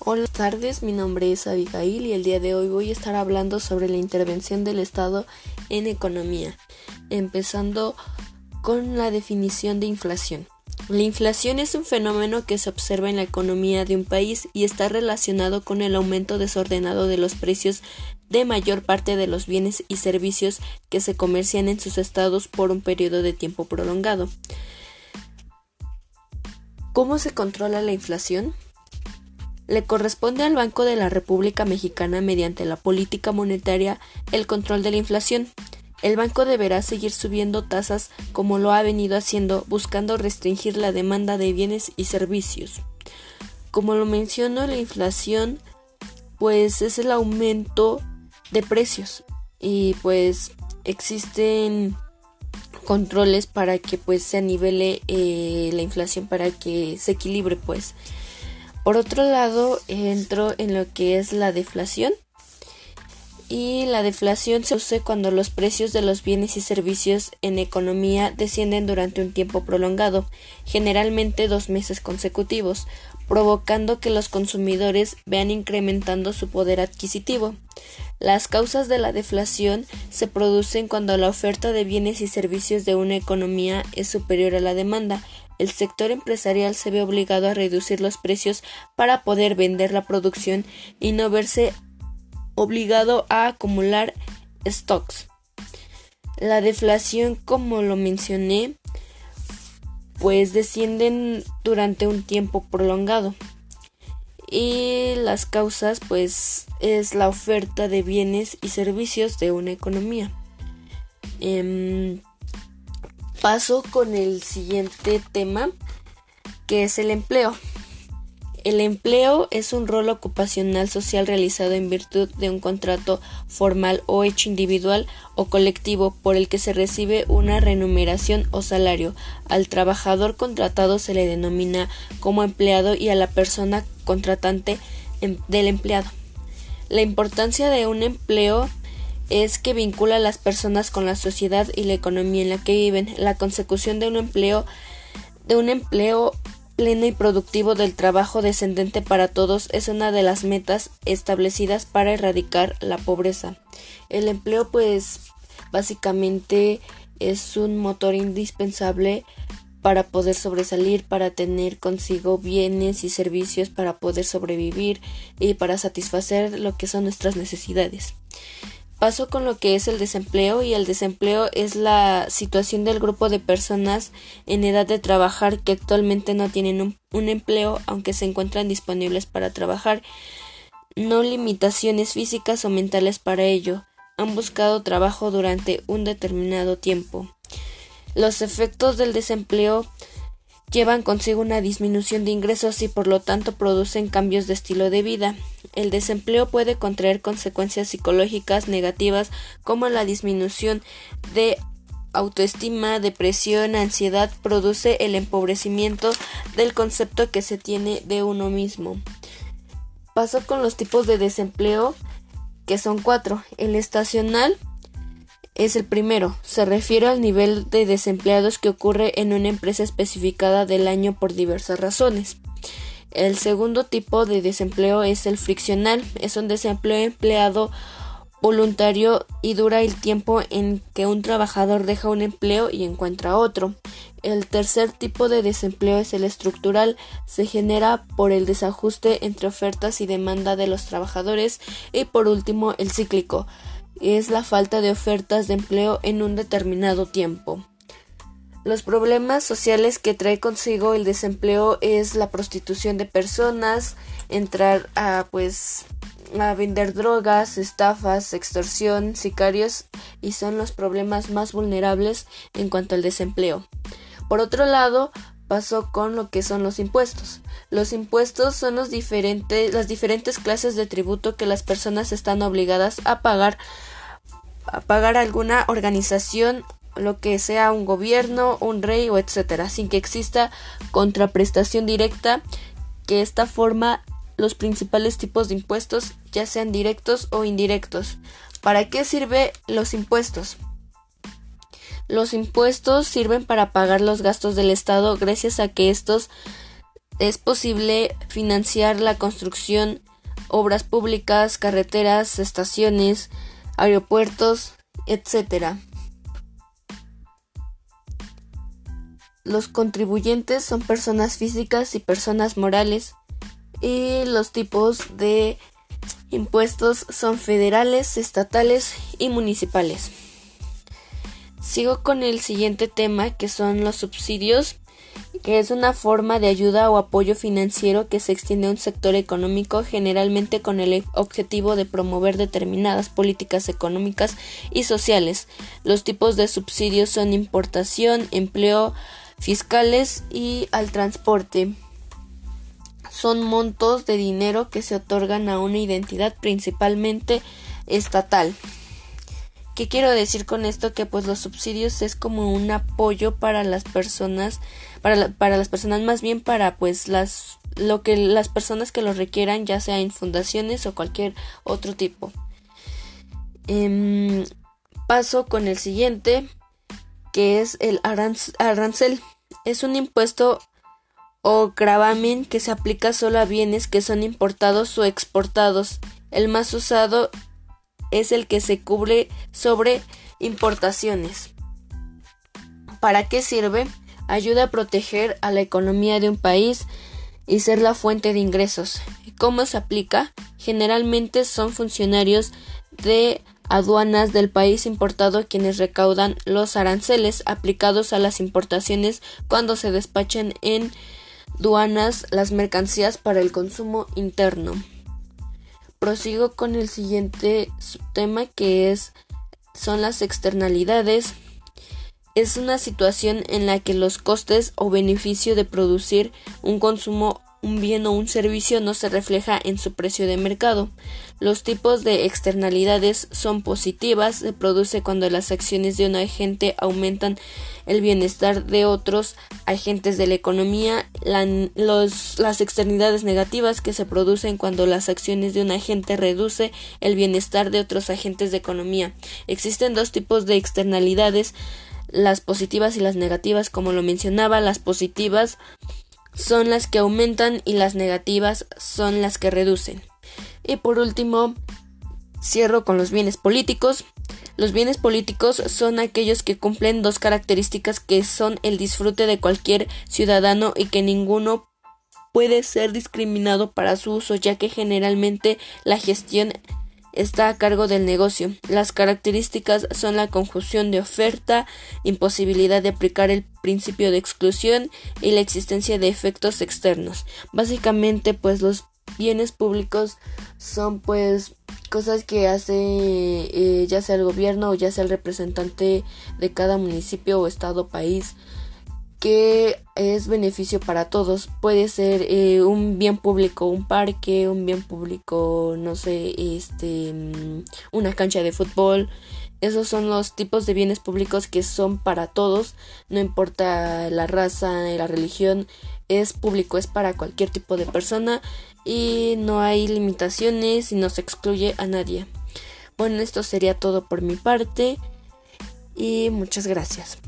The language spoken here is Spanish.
Hola, buenas tardes, mi nombre es Abigail y el día de hoy voy a estar hablando sobre la intervención del Estado en economía, empezando con la definición de inflación. La inflación es un fenómeno que se observa en la economía de un país y está relacionado con el aumento desordenado de los precios de mayor parte de los bienes y servicios que se comercian en sus estados por un periodo de tiempo prolongado. ¿Cómo se controla la inflación? Le corresponde al Banco de la República Mexicana, mediante la política monetaria, el control de la inflación. El banco deberá seguir subiendo tasas como lo ha venido haciendo, buscando restringir la demanda de bienes y servicios. Como lo menciono, la inflación pues es el aumento de precios y pues existen controles para que pues se anivele la inflación, para que se equilibre pues. Por otro lado, entro en lo que es la deflación. Y la deflación se produce cuando los precios de los bienes y servicios en economía descienden durante un tiempo prolongado, generalmente 2 meses consecutivos, provocando que los consumidores vean incrementando su poder adquisitivo. Las causas de la deflación se producen cuando la oferta de bienes y servicios de una economía es superior a la demanda. El sector empresarial se ve obligado a reducir los precios para poder vender la producción y no verse obligado a acumular stocks. La deflación, como lo mencioné, pues descienden durante un tiempo prolongado. Y las causas, pues, es la oferta de bienes y servicios de una economía. Paso con el siguiente tema, que es el empleo. El empleo es un rol ocupacional social realizado en virtud de un contrato formal o hecho individual o colectivo por el que se recibe una remuneración o salario. Al trabajador contratado se le denomina como empleado y a la persona contratante del empleado. La importancia de un empleo es que vincula a las personas con la sociedad y la economía en la que viven. La consecución de un empleo pleno y productivo del trabajo descendente para todos es una de las metas establecidas para erradicar la pobreza. El empleo pues básicamente es un motor indispensable para poder sobresalir, para tener consigo bienes y servicios, para poder sobrevivir y para satisfacer lo que son nuestras necesidades. Paso con lo que es el desempleo, y el desempleo es la situación del grupo de personas en edad de trabajar que actualmente no tienen un empleo, aunque se encuentran disponibles para trabajar, no limitaciones físicas o mentales para ello, han buscado trabajo durante un determinado tiempo. Los efectos del desempleo llevan consigo una disminución de ingresos y por lo tanto producen cambios de estilo de vida. El desempleo puede contraer consecuencias psicológicas negativas como la disminución de autoestima, depresión, ansiedad, produce el empobrecimiento del concepto que se tiene de uno mismo. Paso con los tipos de desempleo, que son 4. El estacional es el primero. Se refiere al nivel de desempleados que ocurre en una empresa especificada del año por diversas razones. El segundo tipo de desempleo es el friccional. Es un desempleo empleado voluntario y dura el tiempo en que un trabajador deja un empleo y encuentra otro. El tercer tipo de desempleo es el estructural. Se genera por el desajuste entre ofertas y demanda de los trabajadores. Y por último, el cíclico. Es la falta de ofertas de empleo en un determinado tiempo. Los problemas sociales que trae consigo el desempleo es la prostitución de personas, entrar a vender drogas, estafas, extorsión, sicarios, y son los problemas más vulnerables en cuanto al desempleo. Por otro lado, paso con lo que son los impuestos. Los impuestos son las diferentes clases de tributo que las personas están obligadas a pagar a alguna organización, lo que sea un gobierno, un rey o etcétera, sin que exista contraprestación directa, que esta forma los principales tipos de impuestos, ya sean directos o indirectos. ¿Para qué sirven los impuestos? Los impuestos sirven para pagar los gastos del Estado, gracias a que estos es posible financiar la construcción, obras públicas, carreteras, estaciones, aeropuertos, etc. Los contribuyentes son personas físicas y personas morales, y los tipos de impuestos son federales, estatales y municipales. Sigo con el siguiente tema, que son los subsidios, que es una forma de ayuda o apoyo financiero que se extiende a un sector económico, generalmente con el objetivo de promover determinadas políticas económicas y sociales. Los tipos de subsidios son importación, empleo, fiscales y al transporte. Son montos de dinero que se otorgan a una entidad principalmente estatal. ¿Qué quiero decir con esto? Que pues los subsidios es como un apoyo para las personas, para las personas, más bien para pues las personas que lo requieran, ya sea en fundaciones o cualquier otro tipo. Paso con el siguiente, que es el arancel. Es un impuesto o gravamen que se aplica solo a bienes que son importados o exportados. El más usado es el que se cubre sobre importaciones. ¿Para qué sirve? Ayuda a proteger a la economía de un país y ser la fuente de ingresos. ¿Cómo se aplica? Generalmente son funcionarios de aduanas del país importado quienes recaudan los aranceles aplicados a las importaciones cuando se despachan en aduanas las mercancías para el consumo interno. Prosigo con el siguiente tema, que son las externalidades. Es una situación en la que los costes o beneficio de producir un consumo, un bien o un servicio no se refleja en su precio de mercado. Los tipos de externalidades son positivas, se produce cuando las acciones de un agente aumentan el bienestar de otros agentes de la economía. Las externalidades negativas, que se producen cuando las acciones de un agente reduce el bienestar de otros agentes de economía. Existen dos tipos de externalidades, las positivas y las negativas. Como lo mencionaba, las positivas son las que aumentan y las negativas son las que reducen. Y por último, cierro con los bienes políticos. Los bienes políticos son aquellos que cumplen dos características, que son el disfrute de cualquier ciudadano y que ninguno puede ser discriminado para su uso, ya que generalmente la gestión está a cargo del negocio. Las características son la conjunción de oferta, imposibilidad de aplicar el principio de exclusión y la existencia de efectos externos. Básicamente, pues los bienes públicos son pues cosas que hace ya sea el gobierno o ya sea el representante de cada municipio o estado o país, que es beneficio para todos. Puede ser un bien público, un parque, un bien público, no sé, una cancha de fútbol. Esos son los tipos de bienes públicos que son para todos, no importa la raza, la religión, es público, es para cualquier tipo de persona y no hay limitaciones y no se excluye a nadie. Bueno, esto sería todo por mi parte y muchas gracias.